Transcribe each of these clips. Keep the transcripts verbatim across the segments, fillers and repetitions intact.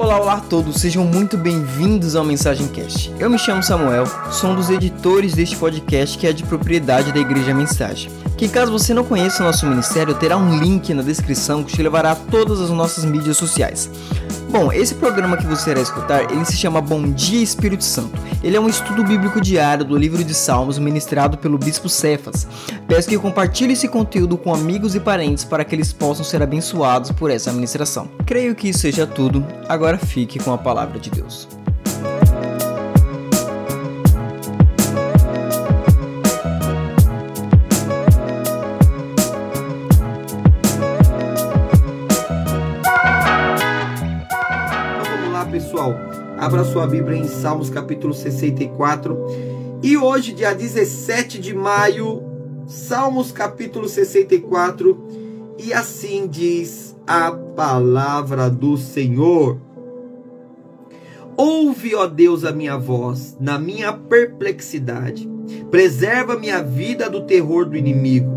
Olá, olá a todos, sejam muito bem-vindos ao Mensagem Cast. Eu me chamo Samuel, sou um dos editores deste podcast que é de propriedade da Igreja Mensagem. Que caso você não conheça o nosso ministério, terá um link na descrição que te levará a todas as nossas mídias sociais. Bom, esse programa que você irá escutar, ele se chama Bom Dia Espírito Santo. Ele é um estudo bíblico diário do livro de Salmos ministrado pelo Bispo Cefas. Peço que compartilhe esse conteúdo com amigos e parentes para que eles possam ser abençoados por essa ministração. Creio que isso seja tudo, agora fique com a palavra de Deus. Pessoal, abra sua Bíblia em Salmos capítulo sessenta e quatro e hoje, dia dezessete de maio, Salmos capítulo sessenta e quatro, e assim diz a palavra do Senhor: Ouve, ó Deus, a minha voz na minha perplexidade, preserva minha vida do terror do inimigo,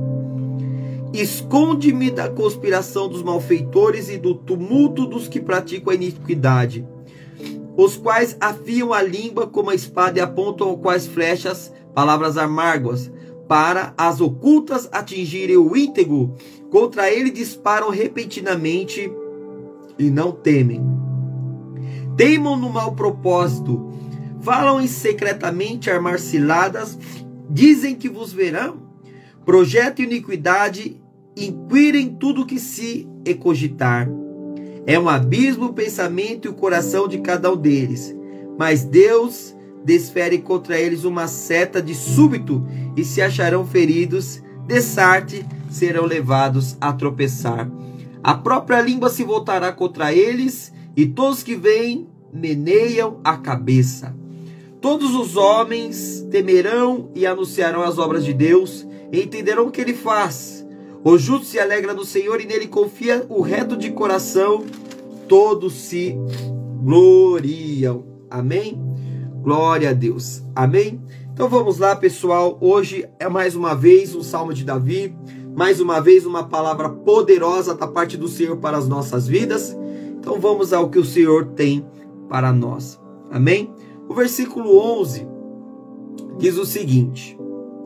esconde-me da conspiração dos malfeitores e do tumulto dos que praticam a iniquidade, os quais afiam a língua como a espada e apontam com as flechas palavras amargas, para as ocultas atingirem o íntegro. Contra ele disparam repentinamente e não temem. Teimam no mau propósito, falam em secretamente armar ciladas, dizem que vos verão, projetam iniquidade, inquirem tudo que se cogitar. É um abismo o pensamento e o coração de cada um deles. Mas Deus desfere contra eles uma seta de súbito, e se acharão feridos, de sarte serão levados a tropeçar. A própria língua se voltará contra eles, e todos que veem meneiam a cabeça. Todos os homens temerão e anunciarão as obras de Deus, e entenderão o que ele faz. O justo se alegra no Senhor e nele confia o reto de coração. Todos se gloriam. Amém? Glória a Deus. Amém? Então vamos lá, pessoal. Hoje é mais uma vez um Salmo de Davi. Mais uma vez uma palavra poderosa da parte do Senhor para as nossas vidas. Então vamos ao que o Senhor tem para nós. Amém? O versículo onze diz o seguinte: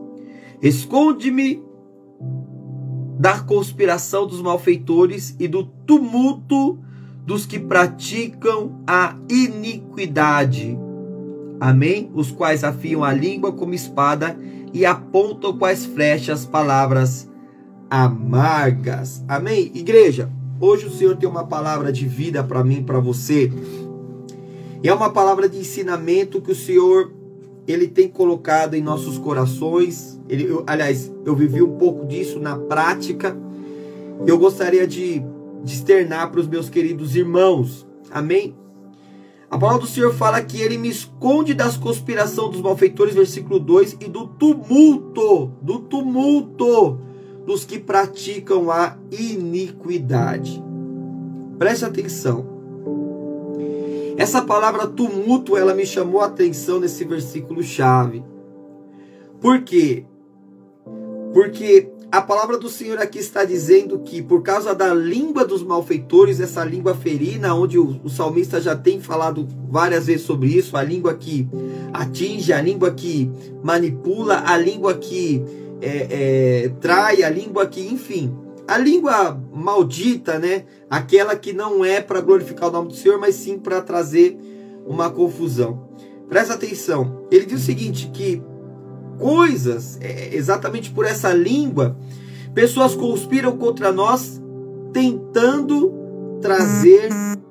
Esconde-me da conspiração dos malfeitores e do tumulto dos que praticam a iniquidade. Amém? Os quais afiam a língua como espada e apontam com as flechas palavras amargas. Amém? Igreja, hoje o Senhor tem uma palavra de vida para mim, para você. E é uma palavra de ensinamento que o Senhor Ele tem colocado em nossos corações. Ele, eu, aliás, eu vivi um pouco disso na prática. Eu gostaria de, de externar para os meus queridos irmãos. Amém? A palavra do Senhor fala que Ele me esconde das conspirações dos malfeitores, versículo dois, e do tumulto, do tumulto dos que praticam a iniquidade. Preste atenção. Essa palavra tumulto, ela me chamou a atenção nesse versículo chave. Por quê? Porque a palavra do Senhor aqui está dizendo que por causa da língua dos malfeitores, essa língua ferina, onde o, o salmista já tem falado várias vezes sobre isso, a língua que atinge, a língua que manipula, a língua que é, é, trai, a língua que, enfim, a língua maldita, né? Aquela que não é para glorificar o nome do Senhor, mas sim para trazer uma confusão. Presta atenção. Ele diz o seguinte, que coisas, é, exatamente por essa língua, pessoas conspiram contra nós, tentando trazer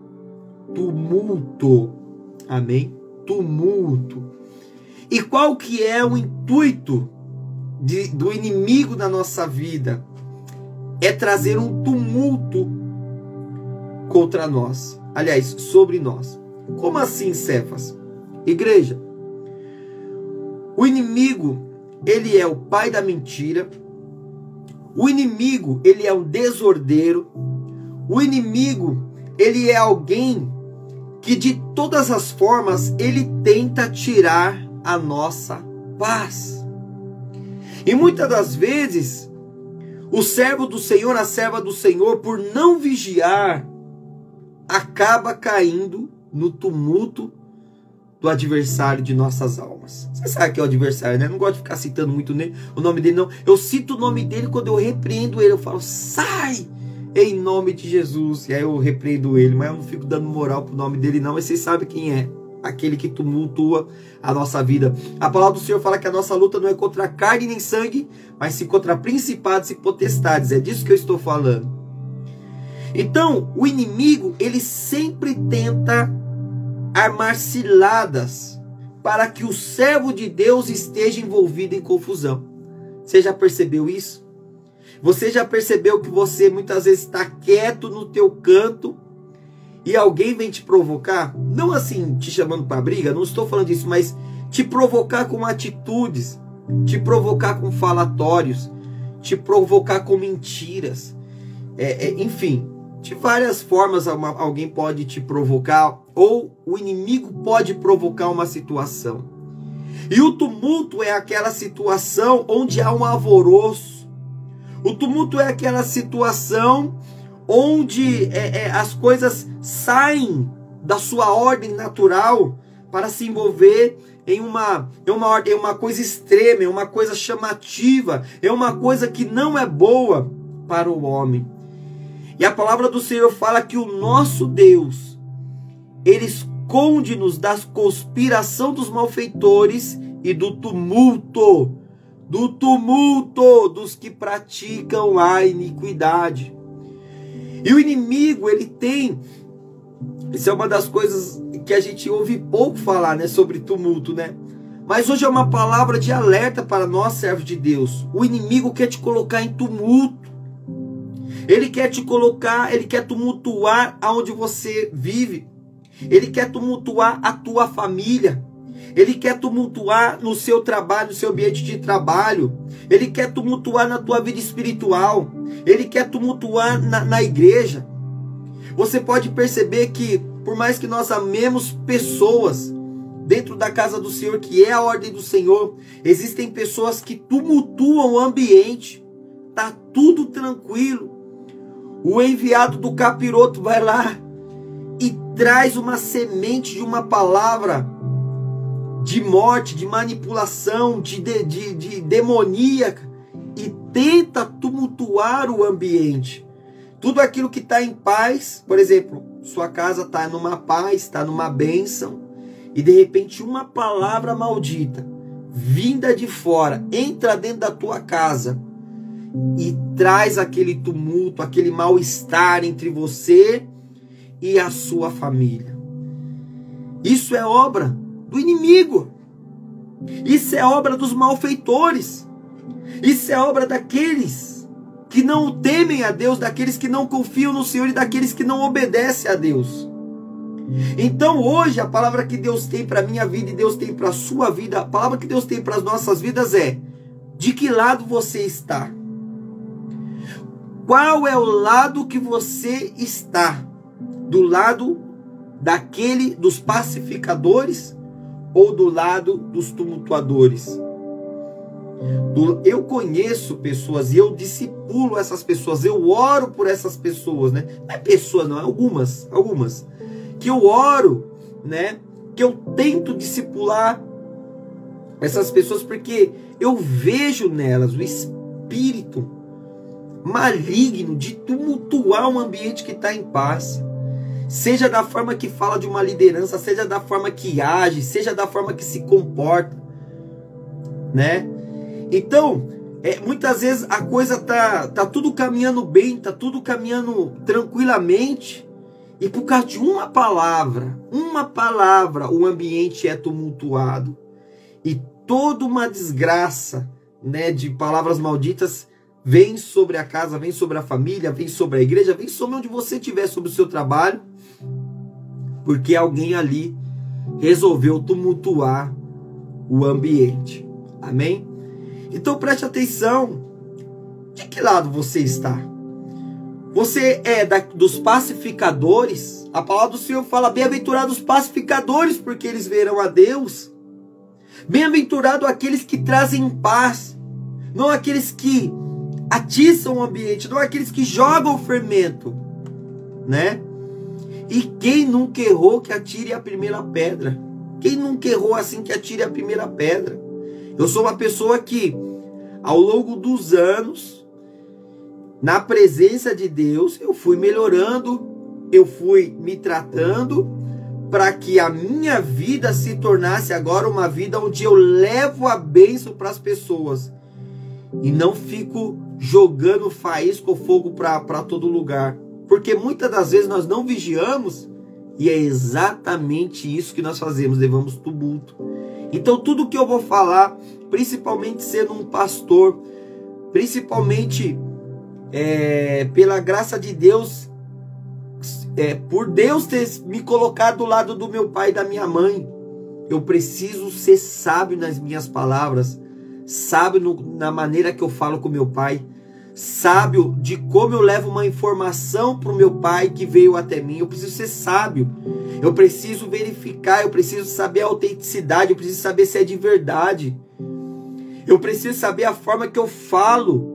tumulto. Amém? Tumulto. E qual que é o intuito de, do inimigo na nossa vida? É trazer um tumulto contra nós. Aliás, sobre nós. Como assim, Cefas? Igreja, o inimigo, ele é o pai da mentira. O inimigo, ele é um desordeiro. O inimigo, ele é alguém que de todas as formas, ele tenta tirar a nossa paz. E muitas das vezes, o servo do Senhor, a serva do Senhor, por não vigiar, acaba caindo no tumulto do adversário de nossas almas. Você sabe que é o adversário, né? Eu não gosto de ficar citando muito o nome dele, não. Eu cito o nome dele quando eu repreendo ele. Eu falo, sai! Em nome de Jesus. E aí eu repreendo ele. Mas eu não fico dando moral pro nome dele, não. Mas vocês sabem quem é. Aquele que tumultua a nossa vida. A palavra do Senhor fala que a nossa luta não é contra carne nem sangue, mas sim contra principados e potestades. É disso que eu estou falando. Então, o inimigo, ele sempre tenta armar ciladas para que o servo de Deus esteja envolvido em confusão. Você já percebeu isso? Você já percebeu que você muitas vezes está quieto no teu canto e alguém vem te provocar? Não assim, te chamando para briga, não estou falando disso, mas te provocar com atitudes, te provocar com falatórios, te provocar com mentiras, é, é, enfim, de várias formas uma, alguém pode te provocar, ou o inimigo pode provocar uma situação. E o tumulto é aquela situação onde há um alvoroço. O tumulto é aquela situação onde é, é, as coisas saem da sua ordem natural para se envolver em uma, em uma ordem, em uma coisa extrema, em uma coisa chamativa, em uma coisa que não é boa para o homem. E a palavra do Senhor fala que o nosso Deus, Ele esconde-nos da conspiração dos malfeitores e do tumulto, do tumulto dos que praticam a iniquidade. E o inimigo, ele tem, isso é uma das coisas que a gente ouve pouco falar, né, sobre tumulto, né? Mas hoje é uma palavra de alerta para nós, servos de Deus. O inimigo quer te colocar em tumulto. Ele quer te colocar, ele quer tumultuar aonde você vive. Ele quer tumultuar a tua família. Ele quer tumultuar no seu trabalho, no seu ambiente de trabalho. Ele quer tumultuar na tua vida espiritual. Ele quer tumultuar na, na igreja. Você pode perceber que, por mais que nós amemos pessoas dentro da casa do Senhor, que é a ordem do Senhor, existem pessoas que tumultuam o ambiente. Tá tudo tranquilo. O enviado do capiroto vai lá e traz uma semente de uma palavra de morte, de manipulação, de, de, de, de demoníaca, e tenta tumultuar o ambiente. Tudo aquilo que está em paz, por exemplo, sua casa está numa paz, está numa bênção, e de repente uma palavra maldita, vinda de fora, entra dentro da tua casa, e traz aquele tumulto, aquele mal-estar entre você e a sua família. Isso é obra do inimigo. Isso é obra dos malfeitores. Isso é obra daqueles que não temem a Deus, daqueles que não confiam no Senhor e daqueles que não obedecem a Deus. Então hoje a palavra que Deus tem para a minha vida e Deus tem para a sua vida, a palavra que Deus tem para as nossas vidas é: de que lado você está? Qual é o lado que você está? Do lado daquele dos pacificadores ou do lado dos tumultuadores? Eu conheço pessoas e eu discipulo essas pessoas, eu oro por essas pessoas, né? Não é pessoas, não, é algumas, algumas que eu oro, né? Que eu tento discipular essas pessoas porque eu vejo nelas o espírito maligno de tumultuar um ambiente que está em paz. Seja da forma que fala de uma liderança, seja da forma que age, seja da forma que se comporta, né? Então, é, muitas vezes a coisa tá, tá tudo caminhando bem, tá tudo caminhando tranquilamente, e por causa de uma palavra, uma palavra, o ambiente é tumultuado. E toda uma desgraça, né, de palavras malditas vem sobre a casa, vem sobre a família, vem sobre a igreja, vem sobre onde você estiver, sobre o seu trabalho, porque alguém ali resolveu tumultuar o ambiente. Amém? Então preste atenção. De que lado você está? Você é da, dos pacificadores? A palavra do Senhor fala: bem-aventurados os pacificadores, porque eles verão a Deus. Bem-aventurado aqueles que trazem paz, não aqueles que atiçam o ambiente, não aqueles que jogam o fermento, né? E quem nunca errou, que atire a primeira pedra. Quem nunca errou assim, que atire a primeira pedra. Eu sou uma pessoa que, ao longo dos anos, na presença de Deus, eu fui melhorando, eu fui me tratando, para que a minha vida se tornasse agora uma vida onde eu levo a bênção para as pessoas. E não fico jogando faísca ou fogo para todo lugar. Porque muitas das vezes nós não vigiamos, e é exatamente isso que nós fazemos, levamos tumulto. Então tudo que eu vou falar, principalmente sendo um pastor, principalmente é, pela graça de Deus, é, por Deus ter me colocado do lado do meu pai e da minha mãe, eu preciso ser sábio nas minhas palavras, sábio no, na maneira que eu falo com meu pai, sábio de como eu levo uma informação para o meu pai que veio até mim. Eu preciso ser sábio, eu preciso verificar, eu preciso saber a autenticidade, eu preciso saber se é de verdade, eu preciso saber a forma que eu falo,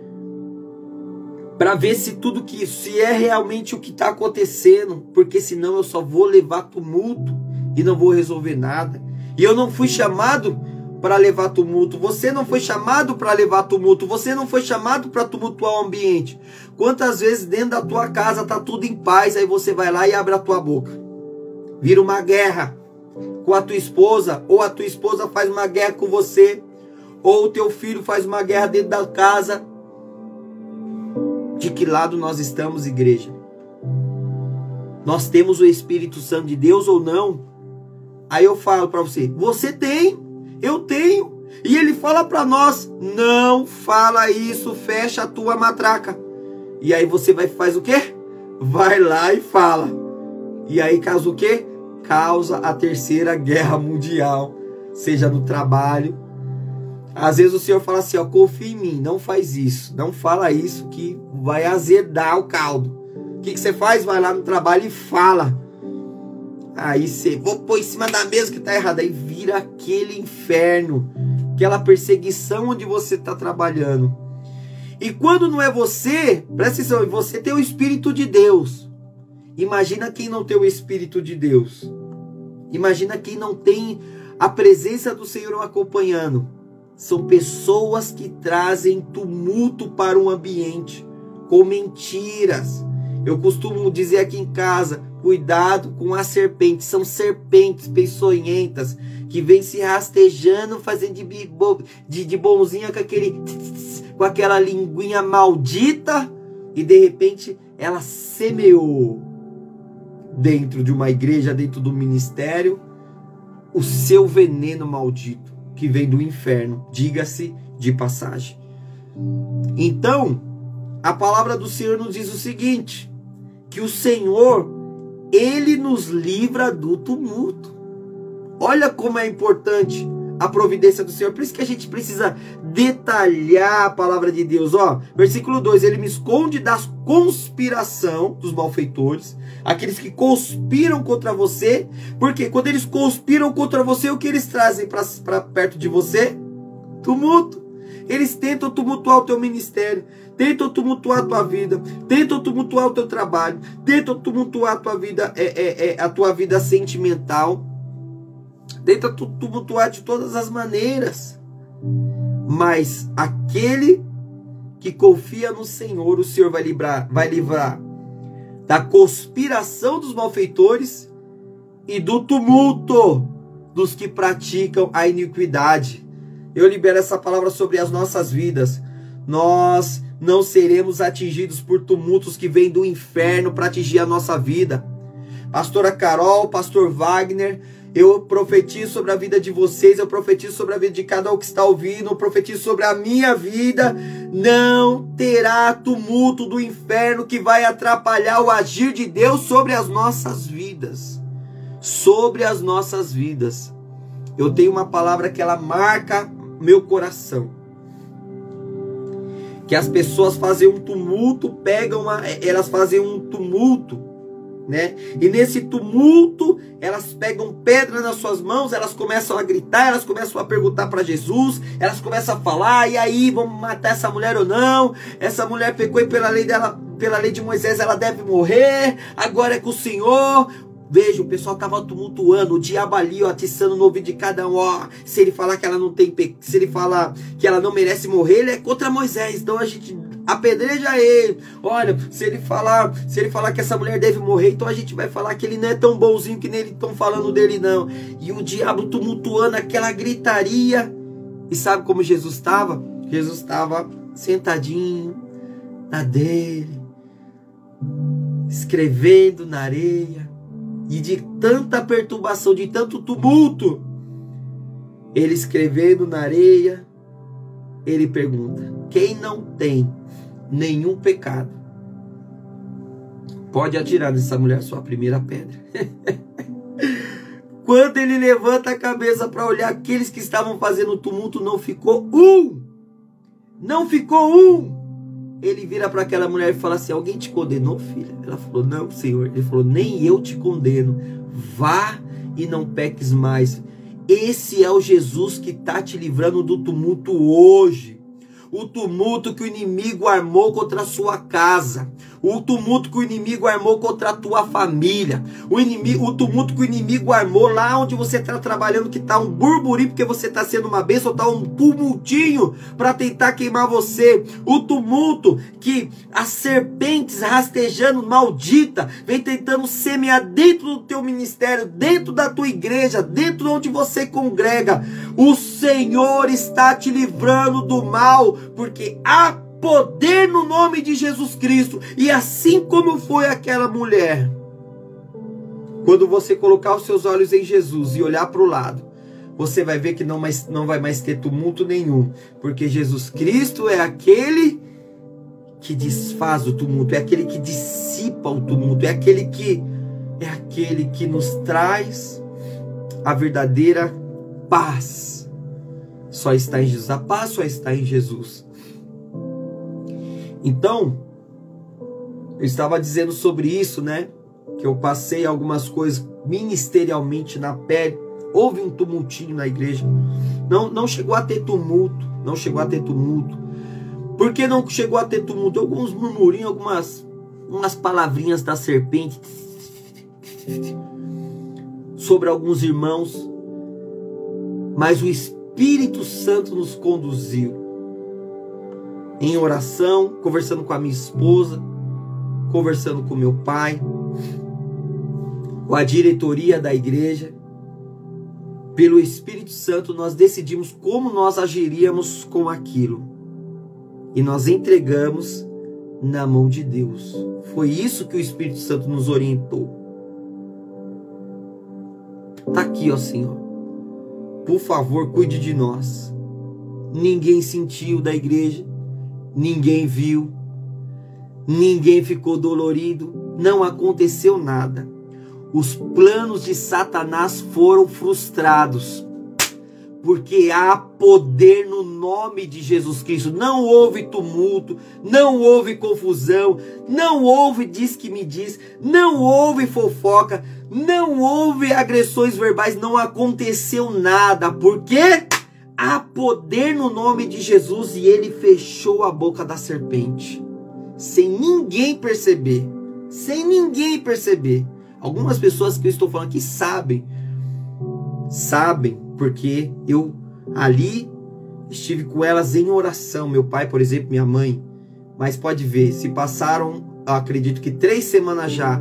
para ver se tudo que se é realmente o que está acontecendo, porque senão eu só vou levar tumulto e não vou resolver nada. E eu não fui chamado para levar tumulto, você não foi chamado para levar tumulto, você não foi chamado para tumultuar o ambiente. Quantas vezes dentro da tua casa tá tudo em paz, aí você vai lá e abre a tua boca, vira uma guerra com a tua esposa, ou a tua esposa faz uma guerra com você, ou o teu filho faz uma guerra dentro da casa. De que lado nós estamos, igreja? Nós temos o Espírito Santo de Deus ou não? Aí eu falo para você, você tem, eu tenho. E ele fala para nós, não fala isso, fecha a tua matraca. E aí você vai faz o quê? Vai lá e fala. E aí causa o quê? Causa a terceira guerra mundial, seja no trabalho. Às vezes o Senhor fala assim, ó, confia em mim, não faz isso, não fala isso que vai azedar o caldo. O que, que você faz? Vai lá no trabalho e fala. Aí você, vou pôr em cima da mesa que tá errado. Aí vira aquele inferno, aquela perseguição onde você está trabalhando. E quando não é você, presta atenção, você tem o Espírito de Deus. Imagina quem não tem o Espírito de Deus. Imagina quem não tem a presença do Senhor acompanhando. São pessoas que trazem tumulto para o ambiente, com mentiras. Eu costumo dizer aqui em casa, cuidado com as serpentes. São serpentes peçonhentas, que vêm se rastejando, fazendo de, de, de bonzinha com, aquele, com aquela linguinha maldita, e de repente ela semeou dentro de uma igreja, dentro do ministério, o seu veneno maldito, que vem do inferno, diga-se de passagem. Então, a palavra do Senhor nos diz o seguinte, que o Senhor, Ele nos livra do tumulto. Olha como é importante a providência do Senhor. Por isso que a gente precisa detalhar a palavra de Deus. Ó, versículo dois, Ele me esconde da conspiração dos malfeitores, aqueles que conspiram contra você, porque quando eles conspiram contra você, o que eles trazem para perto de você? Tumulto. Eles tentam tumultuar o teu ministério, tentam tumultuar a tua vida, tentam tumultuar o teu trabalho, tentam tumultuar a tua vida, é, é, é, a tua vida sentimental, tentam tumultuar de todas as maneiras. Mas aquele que confia no Senhor, o Senhor vai livrar, vai livrar da conspiração dos malfeitores e do tumulto dos que praticam a iniquidade. Eu libero essa palavra sobre as nossas vidas. Nós não seremos atingidos por tumultos que vêm do inferno para atingir a nossa vida. Pastora Carol, Pastor Wagner, eu profetizo sobre a vida de vocês, eu profetizo sobre a vida de cada um que está ouvindo, eu profetizo sobre a minha vida. Não terá tumulto do inferno que vai atrapalhar o agir de Deus sobre as nossas vidas. Sobre as nossas vidas. Eu tenho uma palavra que ela marca meu coração. Que as pessoas fazem um tumulto, pegam uma, elas fazem um tumulto, né? E nesse tumulto, elas pegam pedra nas suas mãos, elas começam a gritar, elas começam a perguntar para Jesus, elas começam a falar, e aí, vamos matar essa mulher ou não? Essa mulher pecou e pela lei dela, pela lei de Moisés ela deve morrer, agora é com o Senhor. Veja, o pessoal estava tumultuando, o diabo ali, ó, atiçando no ouvido de cada um, ó, se ele falar que ela não tem, pe... se ele falar que ela não merece morrer, ele é contra Moisés, então a gente apedreja ele. Olha, se ele falar, se ele falar que essa mulher deve morrer, então a gente vai falar que ele não é tão bonzinho que nem eles estão falando dele não. E o diabo tumultuando, aquela gritaria. E sabe como Jesus estava? Jesus estava sentadinho na dele, escrevendo na areia. E de tanta perturbação, de tanto tumulto, ele escrevendo na areia, ele pergunta: quem não tem nenhum pecado pode atirar nessa mulher sua primeira pedra. Quando ele levanta a cabeça para olhar aqueles que estavam fazendo tumulto, não ficou um. Não ficou um. Ele vira para aquela mulher e fala assim: alguém te condenou, filha? Ela falou: não, Senhor. Ele falou: nem eu te condeno. Vá e não peques mais. Esse é o Jesus que está te livrando do tumulto hoje. O tumulto que o inimigo armou contra a sua casa. O tumulto que o inimigo armou contra a tua família. O, inimigo, o tumulto que o inimigo armou lá onde você está trabalhando, que está um burburinho porque você está sendo uma bênção, está um tumultinho para tentar queimar você. O tumulto que as serpentes rastejando, maldita, vem tentando semear dentro do teu ministério, dentro da tua igreja, dentro de onde você congrega. O Senhor está te livrando do mal, porque há poder no nome de Jesus Cristo. E assim como foi aquela mulher, quando você colocar os seus olhos em Jesus e olhar para o lado, você vai ver que não, mais, não vai mais ter tumulto nenhum, porque Jesus Cristo é aquele que desfaz o tumulto, é aquele que dissipa o tumulto, é aquele que é aquele que nos traz a verdadeira paz. Só está em Jesus, a paz só está em Jesus. Então, eu estava dizendo sobre isso, né? Que eu passei algumas coisas ministerialmente na pele. Houve um tumultinho na igreja. Não, não chegou a ter tumulto. Não chegou a ter tumulto. Por que não chegou a ter tumulto? Alguns murmurinhos, algumas umas palavrinhas da serpente sobre alguns irmãos. Mas o Espírito Santo nos conduziu em oração, conversando com a minha esposa, conversando com meu pai, com a diretoria da igreja. Pelo Espírito Santo nós decidimos como nós agiríamos com aquilo. E nós entregamos na mão de Deus. Foi isso que o Espírito Santo nos orientou. Está aqui, ó Senhor. Por favor, cuide de nós. Ninguém sentiu da igreja. Ninguém viu. Ninguém ficou dolorido. Não aconteceu nada. Os planos de Satanás foram frustrados. Porque há poder no nome de Jesus Cristo. Não houve tumulto, não houve confusão, não houve diz que me diz, não houve fofoca, não houve agressões verbais, não aconteceu nada. Porque há poder no nome de Jesus e ele fechou a boca da serpente. Sem ninguém perceber. Sem ninguém perceber. Algumas pessoas que eu estou falando aqui sabem. Sabem. Porque eu ali estive com elas em oração. Meu pai, por exemplo, minha mãe. Mas pode ver, se passaram, eu acredito que três semanas já.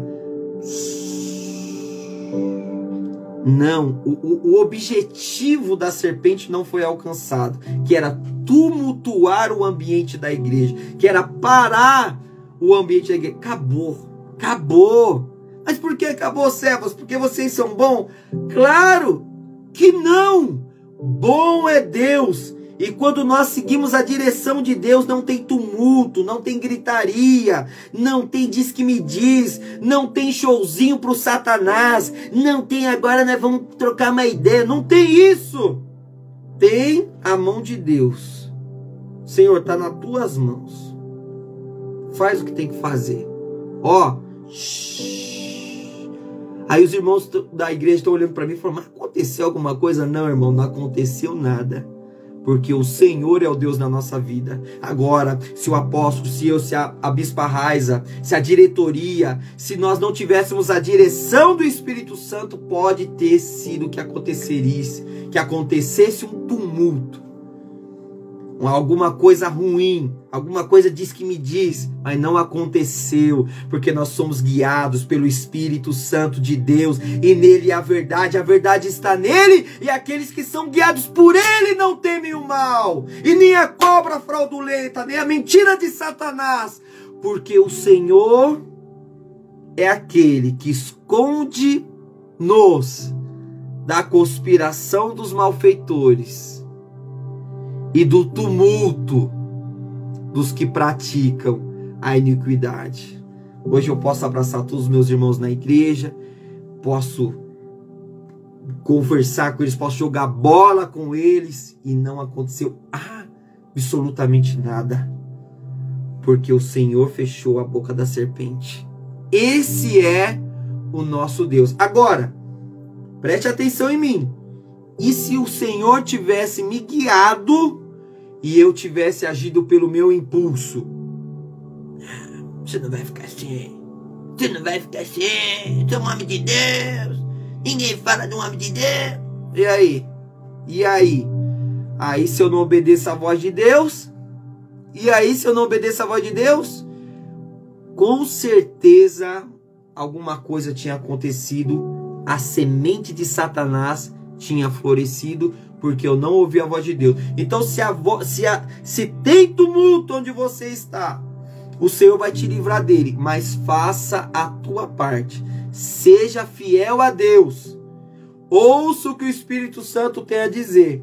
Não, o, o objetivo da serpente não foi alcançado. Que era tumultuar o ambiente da igreja. Que era parar o ambiente da igreja. Acabou, acabou. Mas por que acabou, servos? Porque vocês são bons? Claro que não. Bom é Deus. E quando nós seguimos a direção de Deus, não tem tumulto, não tem gritaria, não tem diz que me diz, não tem showzinho pro Satanás, não tem agora nós vamos trocar uma ideia, não tem isso. Tem a mão de Deus. Senhor, está nas tuas mãos. Faz o que tem que fazer. Ó, shh. Aí os irmãos da igreja estão olhando para mim e falam: mas aconteceu alguma coisa? Não, irmão, não aconteceu nada. porque o Senhor é o Deus na nossa vida. Agora, se o apóstolo, se eu, se a, a bispa Raiza, se a diretoria, se nós não tivéssemos a direção do Espírito Santo, pode ter sido que acontecesse, que acontecesse um tumulto, alguma coisa ruim, alguma coisa diz que me diz, mas não aconteceu, porque nós somos guiados pelo Espírito Santo de Deus, e nele a verdade, a verdade está nele, e aqueles que são guiados por ele não temem o mal, e nem a cobra fraudulenta, nem a mentira de Satanás, porque o Senhor é aquele que esconde-nos da conspiração dos malfeitores e do tumulto dos que praticam a iniquidade. Hoje eu posso abraçar todos os meus irmãos na igreja, posso conversar com eles, posso jogar bola com eles, e não aconteceu absolutamente nada, porque o Senhor fechou a boca da serpente. Esse é o nosso Deus. Agora, preste atenção em mim. E se o Senhor tivesse me guiado e eu tivesse agido pelo meu impulso? Você não vai ficar assim. Você não vai ficar assim. Você é um homem de Deus. Ninguém fala de um homem de Deus. E aí? E aí? Aí se eu não obedeço a voz de Deus? E aí se eu não obedeço a voz de Deus? Com certeza alguma coisa tinha acontecido. A semente de Satanás tinha florescido, porque eu não ouvi a voz de Deus. Então se, a vo- se, a, se tem tumulto onde você está, o Senhor vai te livrar dele, mas faça a tua parte, seja fiel a Deus, ouça o que o Espírito Santo tem a dizer,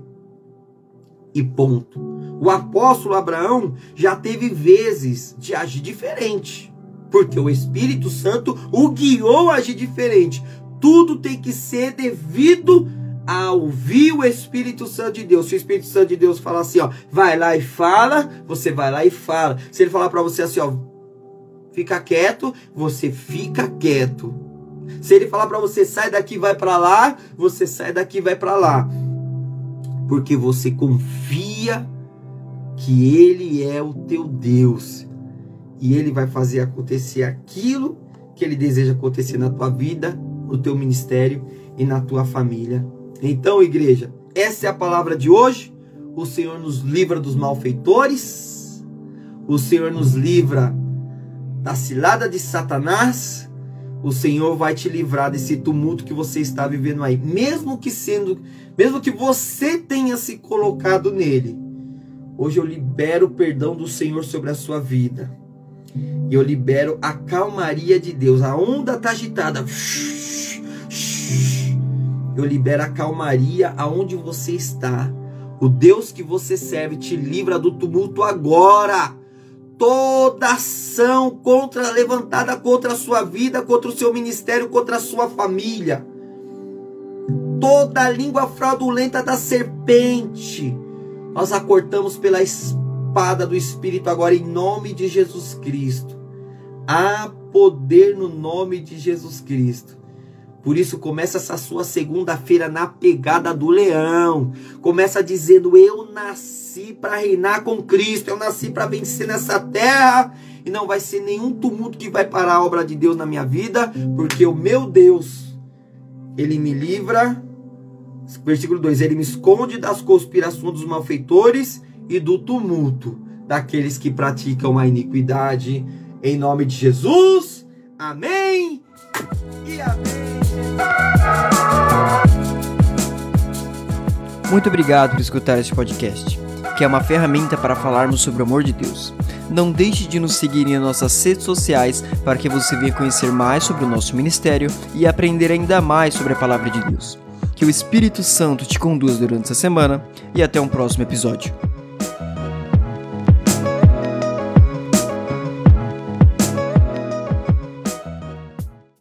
e ponto. O apóstolo Abraão já teve vezes de agir diferente, porque o Espírito Santo o guiou a agir diferente. Tudo tem que ser devido a ouvir o Espírito Santo de Deus. Se o Espírito Santo de Deus falar assim, ó, vai lá e fala, você vai lá e fala. Se ele falar para você assim, ó, fica quieto, você fica quieto. Se ele falar para você, sai daqui, vai para lá, você sai daqui, vai para lá. Porque você confia que ele é o teu Deus. E ele vai fazer acontecer aquilo que ele deseja acontecer na tua vida, no teu ministério e na tua família. Então, igreja, essa é a palavra de hoje. O Senhor nos livra dos malfeitores. O Senhor nos livra da cilada de Satanás. O Senhor vai te livrar desse tumulto que você está vivendo aí. Mesmo que sendo, mesmo que você tenha se colocado nele. Hoje eu libero o perdão do Senhor sobre a sua vida. E eu libero a calmaria de Deus. A onda está agitada. Eu libero a calmaria aonde você está. O Deus que você serve te livra do tumulto agora. Toda ação contra, levantada contra a sua vida, contra o seu ministério, contra a sua família. Toda língua fraudulenta da serpente, nós a cortamos pela espada do Espírito agora, em nome de Jesus Cristo. Há poder no nome de Jesus Cristo. Por isso, começa essa sua segunda-feira na pegada do leão. Começa dizendo, eu nasci para reinar com Cristo. Eu nasci para vencer nessa terra. E não vai ser nenhum tumulto que vai parar a obra de Deus na minha vida. Porque o meu Deus, ele me livra. Versículo dois. Ele me esconde das conspirações dos malfeitores e do tumulto daqueles que praticam a iniquidade. Em nome de Jesus. Amém e amém. Muito obrigado por escutar este podcast, que é uma ferramenta para falarmos sobre o amor de Deus. Não deixe de nos seguir em nossas redes sociais para que você venha conhecer mais sobre o nosso ministério e aprender ainda mais sobre a palavra de Deus. Que o Espírito Santo te conduza durante essa semana e até um próximo episódio.